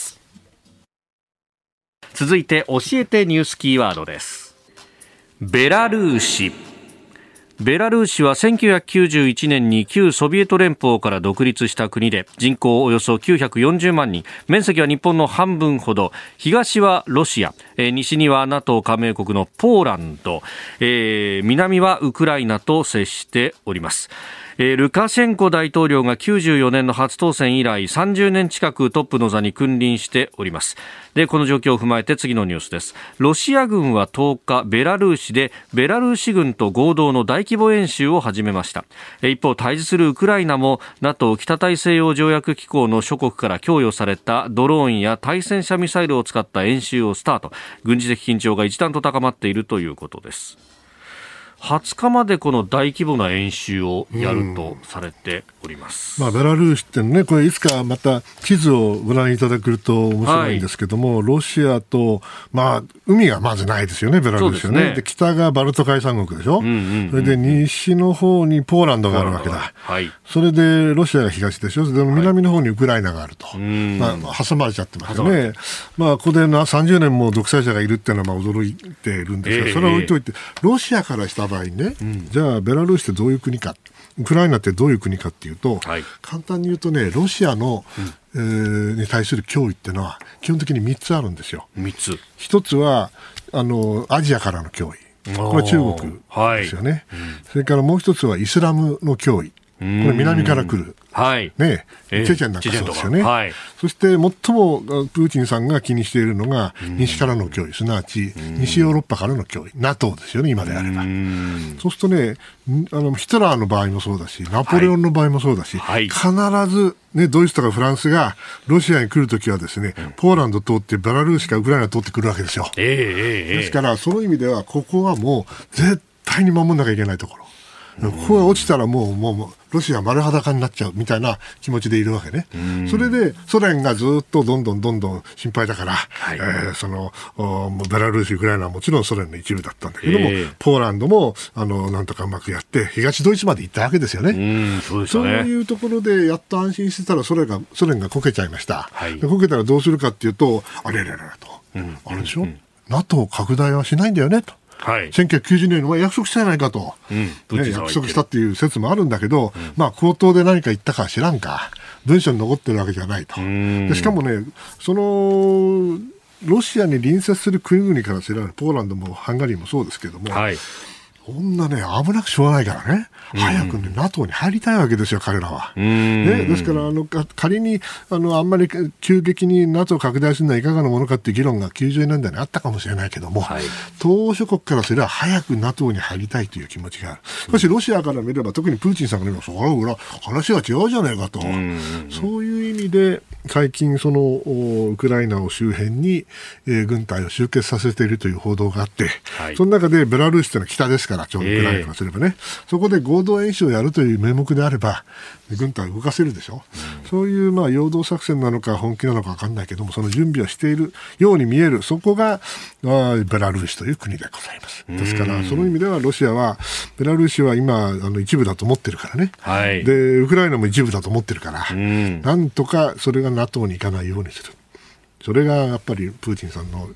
Speaker 1: 続いて教えてニュースキーワードです。ベラルーシ。ベラルーシはせんきゅうひゃくきゅうじゅういちねんに旧ソビエト連邦から独立した国で、人口およそきゅうひゃくよんじゅうまんにん、面積は日本の半分ほど、東はロシア、えー、西には ナトー 加盟国のポーランド、えー、南はウクライナと接しております。えー、ルカシェンコ大統領がきゅうじゅうよねんの初当選以来さんじゅうねん近くトップの座に君臨しております。で、この状況を踏まえて次のニュースです。ロシア軍はとおか、ベラルーシでベラルーシ軍と合同の大規模演習を始めました。えー、一方、対峙するウクライナも ナトー 北大西洋条約機構の諸国から供与されたドローンや対戦車ミサイルを使った演習をスタート。軍事的緊張が一段と高まっているということです。はつかまでこの大規模な演習をやるとされております。
Speaker 6: うん、まあ、ベラルーシってね、これいつかまた地図をご覧いただけると面白いんですけども、はい、ロシアと、まあ、海がまずないですよね、ベラルーシはね。で、北がバルト海三国でしょ、うんうんうんうん、それで西の方にポーランドがあるわけだ。はい、それでロシアが東でしょ、でも南の方にウクライナがあると。はい、まあ、挟まれちゃってますよね。まあ、ここでなさんじゅうねんも独裁者がいるっていうのはまあ驚いているんですが、えー、それは置いといて、ロシアからした場合にね、うん、じゃあベラルーシってどういう国か、ウクライナってどういう国かっていうと、はい、簡単に言うとね、ロシアの、うん、えー、に対する脅威っていうのは基本的にみっつあるんですよ。
Speaker 1: みっつ。
Speaker 6: ひとつはあのアジアからの脅威、これは中国ですよね。はい、うん、それからもう一つはイスラムの脅威、これ南から来る。
Speaker 1: はい、
Speaker 6: ね、えー、チェチェンなんかそうですよね。はい、そして最もプーチンさんが気にしているのが西からの脅威、すなわち西ヨーロッパからの脅威、ナトー ですよね、今であれば。そうするとね、あのヒトラーの場合もそうだし、ナポレオンの場合もそうだし、はい、必ず、ね、ドイツとかフランスがロシアに来るときはですね、ポーランド通ってベラルーシかウクライナ通ってくるわけですよ。えー、ですからその意味ではここはもう絶対に守らなきゃいけないところ。ここが落ちたらもう、もうロシア丸裸になっちゃうみたいな気持ちでいるわけね。それでソ連がずっとどんどんどんどん心配だから、はい、えー、そのベラルーシ、ウクライナはもちろんソ連の一部だったんだけども、えー、ポーランドもあのなんとかうまくやって東ドイツまで行ったわけですよね。
Speaker 1: うん、そうでしたね。
Speaker 6: そういうところでやっと安心してたらソ連がソ連がこけちゃいました。はい、でこけたらどうするかっていうと、あれれれれと、うん、あれでしょ、うん、ナトー 拡大はしないんだよねと。はい、せんきゅうひゃくきゅうじゅうねんの前約束したじゃないかと、うん、ね、約束したっていう説もあるんだけど、うん、まあ口頭で何か言ったかは知らんか、文書に残ってるわけじゃないと。でしかもね、そのロシアに隣接する国々からすればポーランドもハンガリーもそうですけども、はい、こんなね危なくしょうがないからね、早くね ナトー に入りたいわけですよ、彼らは。ね、ですからあの仮にあのあんまり急激に ナトー 拡大するのはいかがなものかっていう議論がきゅうじゅうねんだいにあったかもしれないけども、はい、東欧諸国からすれば早く ナトー に入りたいという気持ちがある。しかしロシアから見れば、特にプーチンさんから見れば、それは話が違うじゃないかと、そういう意味で最近そのウクライナを周辺に、えー、軍隊を集結させているという報道があって、はい、その中でベラルーシというのは北ですから、ちょうどウクライナからすればね、えー、そこで合同演習をやるという名目であれば軍隊を動かせるでしょ、うん、そういうまあ陽動作戦なのか本気なのか分かんないけども、その準備をしているように見える、そこがベラルーシという国でございます。ですからその意味ではロシアはベラルーシは今あの一部だと思ってるからね、はい、でウクライナも一部だと思ってるから、うん、なんとかそれが ナトー に行かないようにする。それがやっぱりプーチンさんの一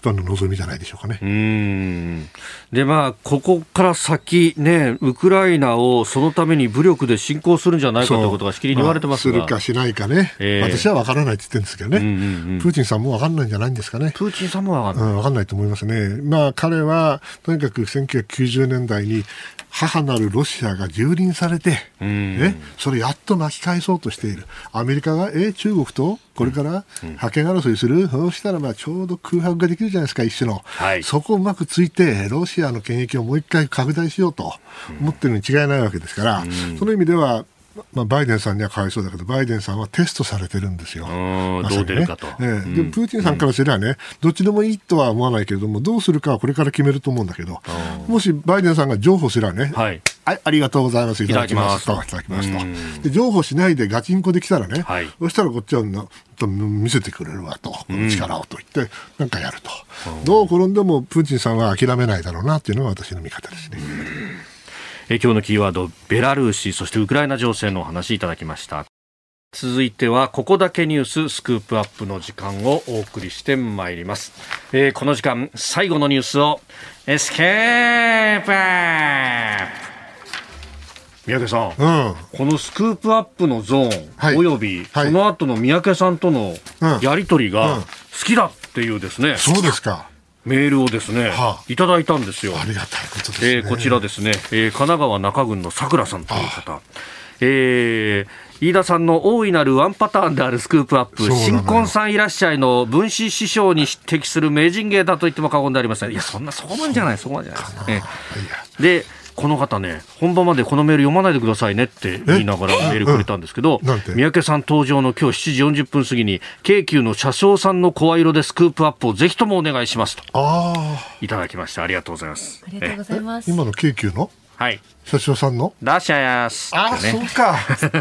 Speaker 6: 番の望みじゃないでしょうかね。
Speaker 1: うーんで、まあ、ここから先、ね、ウクライナをそのために武力で侵攻するんじゃないかということがしきりに言われてますが、
Speaker 6: まあ、するかしないかね、えー、私は分からないって言ってるんですけどね、うんうんうん、プーチンさんも分からないんじゃないんですかね。
Speaker 1: プーチンさんも分からない、
Speaker 6: うん、分からないと思いますね。まあ、彼はとにかくせんきゅうひゃくきゅうじゅうねんだいに母なるロシアが蹂躙されて、うん、ね、それやっと巻き返そうとしている。アメリカがえ中国とこれから覇権争いする、うん、そうしたらまあちょうど空白ができるじゃないですか、一種の、はい、そこをうまくついてロシアの権益をもう一回拡大しようと思ってるに違いないわけですから、うん、その意味ではまあ、バイデンさんにはかわいそうだけどバイデンさんはテストされてるんですよ。
Speaker 1: ま、どう出るかと、
Speaker 6: えーうん、でプーチンさんからすればね、うん、どっちでもいいとは思わないけれどもどうするかはこれから決めると思うんだけど、もしバイデンさんが譲歩すればね、はい、あ, ありがとうございますいただきますといただきますとで譲歩しないでガチンコできたらね、はい、そしたらこっちはなと見せてくれるわと、この力をと言ってなんかやると、うん、どう転んでもプーチンさんは諦めないだろうなというのが私の見方ですね。
Speaker 1: え今日のキーワード、ベラルーシそしてウクライナ情勢のお話いただきました。続いてはここだけニューススクープアップの時間をお送りしてまいります。えー、この時間最後のニュースをエスケープアップ。三宅さん、うん、このスクープアップのゾーン、はい、および、はい、その後の三宅さんとのやり取りが好きだっていうですね、うんうん、
Speaker 6: そうですか、
Speaker 1: メールをですね、はあ、いただいたんですよ。
Speaker 6: ありがたいことですね。
Speaker 1: えー、こちらですね、えー、神奈川中郡のさくらさんという方、えー、飯田さんの大いなるワンパターンであるスクープアップ、新婚さんいらっしゃいの分子師匠に匹敵する名人芸だと言っても過言でありません。いや、そんなそこまでじゃない、そこまでじゃないです、えー、でこの方ね、本番までこのメール読まないでくださいねって言いながらメールくれたんですけど、三宅さん登場の今日しちじよんじゅっぷん過ぎに京急の車掌さんの声色でスクープアップをぜひともお願いしますといただきました。ありがとうございます。
Speaker 2: ありがとうございます。
Speaker 6: 今の京急の、はい、車掌さんの
Speaker 1: ラッシャヤス、
Speaker 6: あ、ね、そうか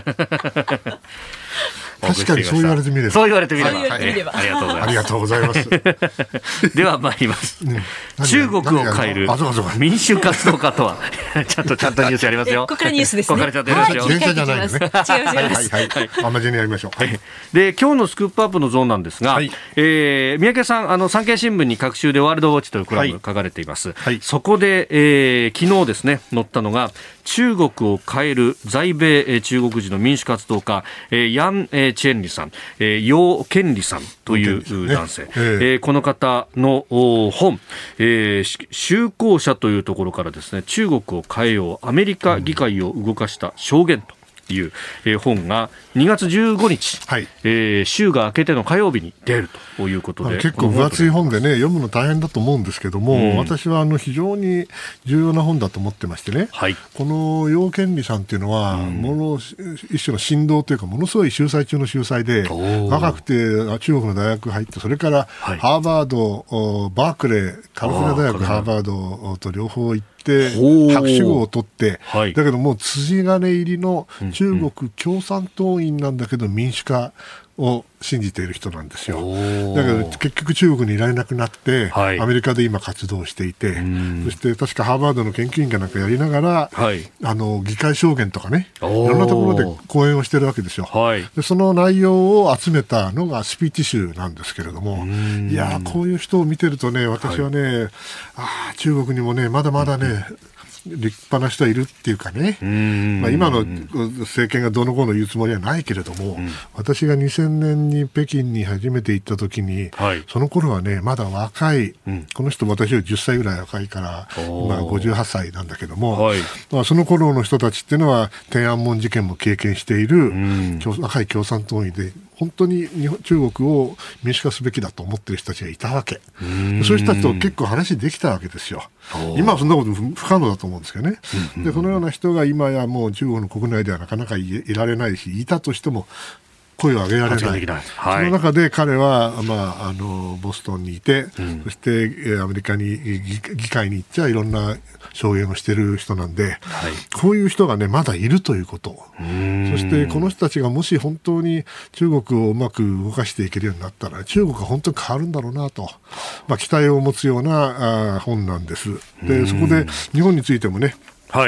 Speaker 6: 確かにそう言われてみれば、
Speaker 1: そう言われてみれば、
Speaker 2: はい、あり
Speaker 6: がとうございます。
Speaker 1: では参ります、ね、中国を変える民主活動家とはちゃんとちゃんとニュースやりますよ。
Speaker 2: ここからニュースですね。
Speaker 1: ここからちゃんとやりますよ。
Speaker 6: 電車じゃないのね。
Speaker 2: 違います違います。はい
Speaker 6: はいはい。あんまりやりましょう。はい、
Speaker 1: で今日のスクープアップのゾーンなんですが、はい、えー、三宅さん、あの産経新聞に各週でワールドウォッチというコラム書かれています。はい、そこで、えー、昨日ですね載ったのが中国を変える在米中国人の民主活動家、えー、ヤン・チェンリさん、えー、楊健理さんという男性、ねえーえー、この方の本、えー、宗公社というところからですね、中国を変えようアメリカ議会を動かした証言という、えー、本がにがつじゅうごにち、はい、えー、週が明けての火曜日に出るということで、
Speaker 6: 結構分厚い本でね読むの大変だと思うんですけども、うん、私はあの非常に重要な本だと思ってましてね、はい、この楊健理さんっていうのは、うん、もの一種の神童というかものすごい秀才中の秀才で、若くて中国の大学入って、それからハーバード、はい、バークレー、カリフォルニア大学ハーバードと両方行ってで博士号を取って、はい、だけどもう筋金入りの中国共産党員なんだけど民主化を信じている人なんですよ。だけど結局中国にいられなくなって、はい、アメリカで今活動していて、そして確かハーバードの研究員かなんかやりながら、はい、あの議会証言とかね、いろんなところで講演をしてるわけですよ。はい、でその内容を集めたのがスピーチ集なんですけれども、いやこういう人を見てるとね、私はね、はい、あ中国にもねまだまだね、立派な人はいるっていうかね、まあ、今の政権がどのこうの言うつもりはないけれども、うん、私がにせんねんに北京に初めて行った時に、はい、その頃はねまだ若い、うん、この人も私よりじゅっさいぐらい若いから今ごじゅうはっさいなんだけども、はい、まあ、その頃の人たちっていうのは天安門事件も経験している、うん、若い共産党員で本当に日本中国を民主化すべきだと思っている人たちがいたわけ。そういう人たちと結構話できたわけですよ。今はそんなこと不可能だと思うんですけどね。でこのような人が今やもう中国の国内ではなかなか い, いられないし、いたとしても声を上げられない。ない、はい、その中で彼は、まあ、あのボストンにいて、うん、そしてアメリカに議会に行っちゃいろんな証言をしている人なんで、はい、こういう人が、ね、まだいるということ、そしてこの人たちがもし本当に中国をうまく動かしていけるようになったら中国が本当に変わるんだろうなと、まあ、期待を持つようなあ本なんです。でそこで日本についてもね、はい、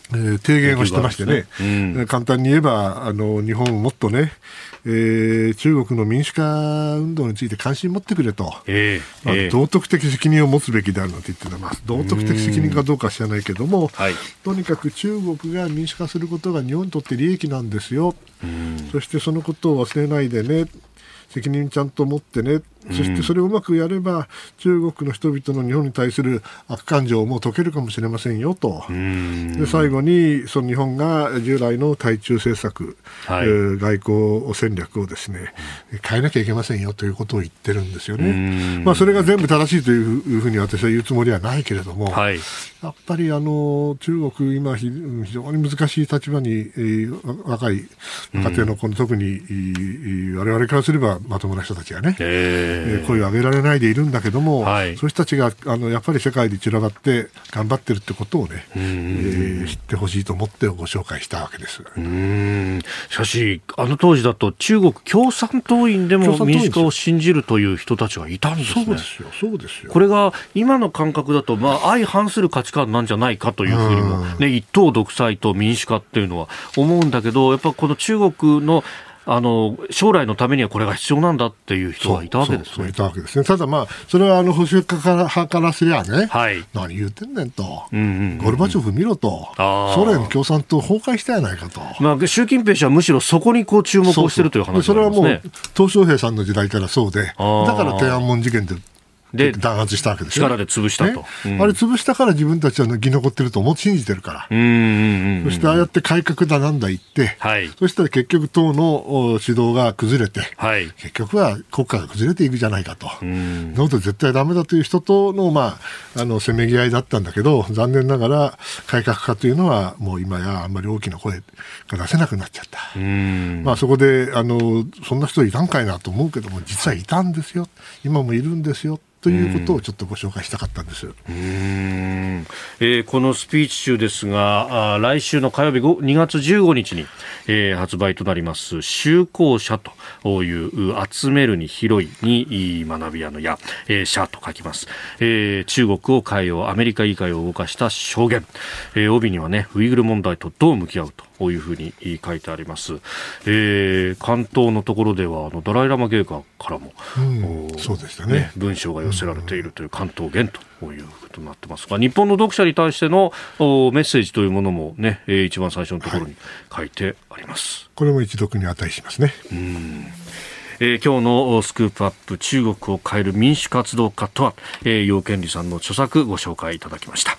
Speaker 6: えー、提言をしてましてね、ねうん、簡単に言えばあの日本をもっとね、えー、中国の民主化運動について関心持ってくれと、えーまあえー、道徳的責任を持つべきであるなんて言ってます。道徳的責任かどうかは知らないけども、はい、とにかく中国が民主化することが日本にとって利益なんですよ。そしてそのことを忘れないでね、責任ちゃんと持ってね、そしてそれをうまくやれば中国の人々の日本に対する悪感情も解けるかもしれませんよと。で最後にその日本が従来の対中政策、はい、えー、外交戦略をですね変えなきゃいけませんよということを言ってるんですよね。まあ、それが全部正しいというふうに私は言うつもりはないけれども、はい、やっぱりあの中国今非常に難しい立場に、えー、若い若手のこの特に、えー、我々からすればまともな人たちがね、えーえー、声を上げられないでいるんだけども、はい、そういう人たちがあのやっぱり世界で散らばって頑張ってるってことをね、えー、知ってほしいと思ってご紹介したわけです。
Speaker 1: うーん、しかしあの当時だと中国共産党員でも民主化を信じるという人たちがいたんですね。
Speaker 6: そうですよ、そうですよ。
Speaker 1: これが今の感覚だと、まあ、相反する価値観なんじゃないかというふうにも、ね、一党独裁と民主化っていうのは思うんだけど、やっぱこの中国のあの将来のためにはこれが必要なんだっていう人がいたわけですね。
Speaker 6: そうそうそういたわけですね。ただまあそれはあの保守派からすりゃね、はい、何言ってんねんと、うんうんうんうん、ゴルバチョフ見ろと、ソ連共産党崩壊したやないかと、
Speaker 1: まあ、習近平氏はむしろそこにこう注目をしているという話なんですね。
Speaker 6: それはもう鄧小平さんの時代からそうで、だから天安門事件でで弾圧したわけですよ、
Speaker 1: 力で潰したと、
Speaker 6: ね、うん、あれ潰したから自分たちは生き残ってると思って信じてるから、うんうんうんうん、そしてああやって改革だなんだ言って、はい、そしたら結局党の指導が崩れて、はい、結局は国家が崩れていくじゃないかと、うん、なので絶対ダメだという人との、まあ、あのせめぎ合いだったんだけど、残念ながら改革家というのはもう今やあんまり大きな声が出せなくなっちゃった、うん、まあ、そこであのそんな人いたんかいなと思うけども、実はいたんですよ、今もいるんですよということをちょっとご紹介したかったんです。うー
Speaker 1: ん、えー、このスピーチ集ですが、あ来週の火曜日にがつじゅうごにちに、えー、発売となります集校社という集めるに広いに学び屋の屋、えー、社と書きます、えー、中国を変えようアメリカ議会を動かした証言、えー、帯にはねウイグル問題とどう向き合うとこういうふうに書いてあります。えー、関東のところではあのダライラマ芸家からも、
Speaker 6: うん、そうでしたね、
Speaker 1: ね、文章が寄せられているという関東言ということになってますが、日本の読者に対してのメッセージというものもね、えー、一番最初のところに書いてあります、はい、
Speaker 6: これも一読に値しますね。
Speaker 1: うん、えー、今日のスクープアップ、中国を変える民主活動家とは、えー、楊健利さんの著作ご紹介いただきました。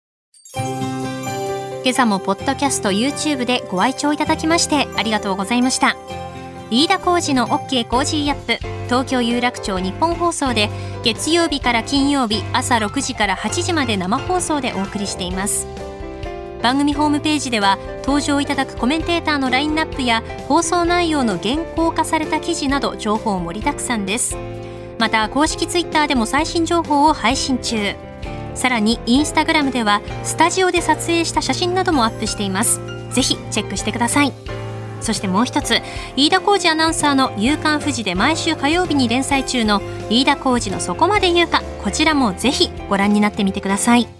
Speaker 2: 今朝もポッドキャスト YouTube でご愛聴いただきましてありがとうございました。飯田浩司の OK コージーアップ、東京有楽町日本放送で月曜日から金曜日朝ろくじからはちじまで生放送でお送りしています。番組ホームページでは登場いただくコメンテーターのラインナップや放送内容の原稿化された記事など情報盛りだくさんです。また公式ツイッターでも最新情報を配信中。さらにインスタグラムではスタジオで撮影した写真などもアップしています。ぜひチェックしてください。そしてもう一つ、飯田浩司アナウンサーの夕刊フジで毎週火曜日に連載中の飯田浩司のそこまで言うか、こちらもぜひご覧になってみてください。